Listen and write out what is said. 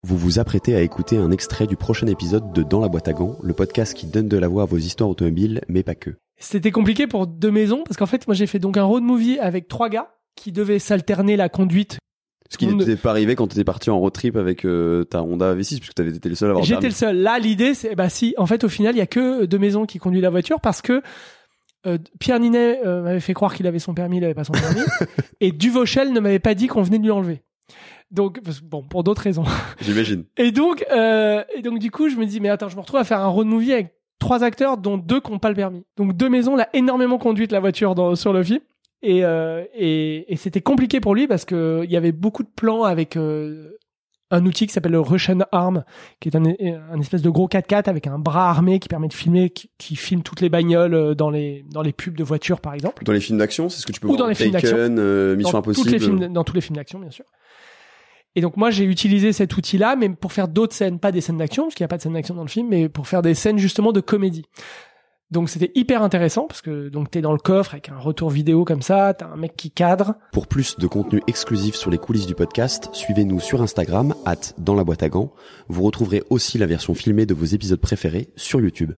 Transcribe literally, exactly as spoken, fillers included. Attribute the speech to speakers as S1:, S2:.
S1: Vous vous apprêtez à écouter un extrait du prochain épisode de Dans la boîte à gants, le podcast qui donne de la voix à vos histoires automobiles, mais pas que.
S2: C'était compliqué pour deux maisons, parce qu'en fait, moi j'ai fait donc un road movie avec trois gars qui devaient s'alterner la conduite.
S1: Ce qui n'était pas arrivé quand tu étais parti en road trip avec euh, ta Honda V six, puisque tu avais été le seul à avoir
S2: J'étais
S1: permis.
S2: le seul. Là, l'idée, c'est, bah si, en fait, au final, il y a que deux maisons qui conduisent la voiture, parce que euh, Pierre Ninet euh, m'avait fait croire qu'il avait son permis, il avait pas son permis, et Duvauchel ne m'avait pas dit qu'on venait de lui enlever. Donc, bon, pour d'autres raisons.
S1: J'imagine.
S2: Et donc, euh, et donc, du coup, je me dis, mais attends, je me retrouve à faire un road movie avec trois acteurs, dont deux qui n'ont pas le permis. Donc, deux maisons, là, énormément conduite la voiture dans, sur le film. Et, euh, et, et c'était compliqué pour lui parce que il y avait beaucoup de plans avec euh, un outil qui s'appelle le Russian Arm, qui est un, un espèce de gros quatre-quatre avec un bras armé qui permet de filmer, qui, qui filme toutes les bagnoles dans les dans les pubs de voitures, par exemple.
S1: Dans les films d'action, c'est ce que tu peux
S2: Ou
S1: voir.
S2: dans les films
S1: Taken,
S2: d'action.
S1: euh, Mission
S2: dans
S1: Impossible.
S2: Toutes les films, dans tous les films d'action, bien sûr. Et donc moi j'ai utilisé cet outil-là, mais pour faire d'autres scènes, pas des scènes d'action, parce qu'il n'y a pas de scènes d'action dans le film, mais pour faire des scènes justement de comédie. Donc c'était hyper intéressant parce que donc t'es dans le coffre avec un retour vidéo comme ça, t'as un mec qui cadre.
S1: Pour plus de contenu exclusif sur les coulisses du podcast, suivez-nous sur Instagram, arobase dans la boîte à gants. Vous retrouverez aussi la version filmée de vos épisodes préférés sur YouTube.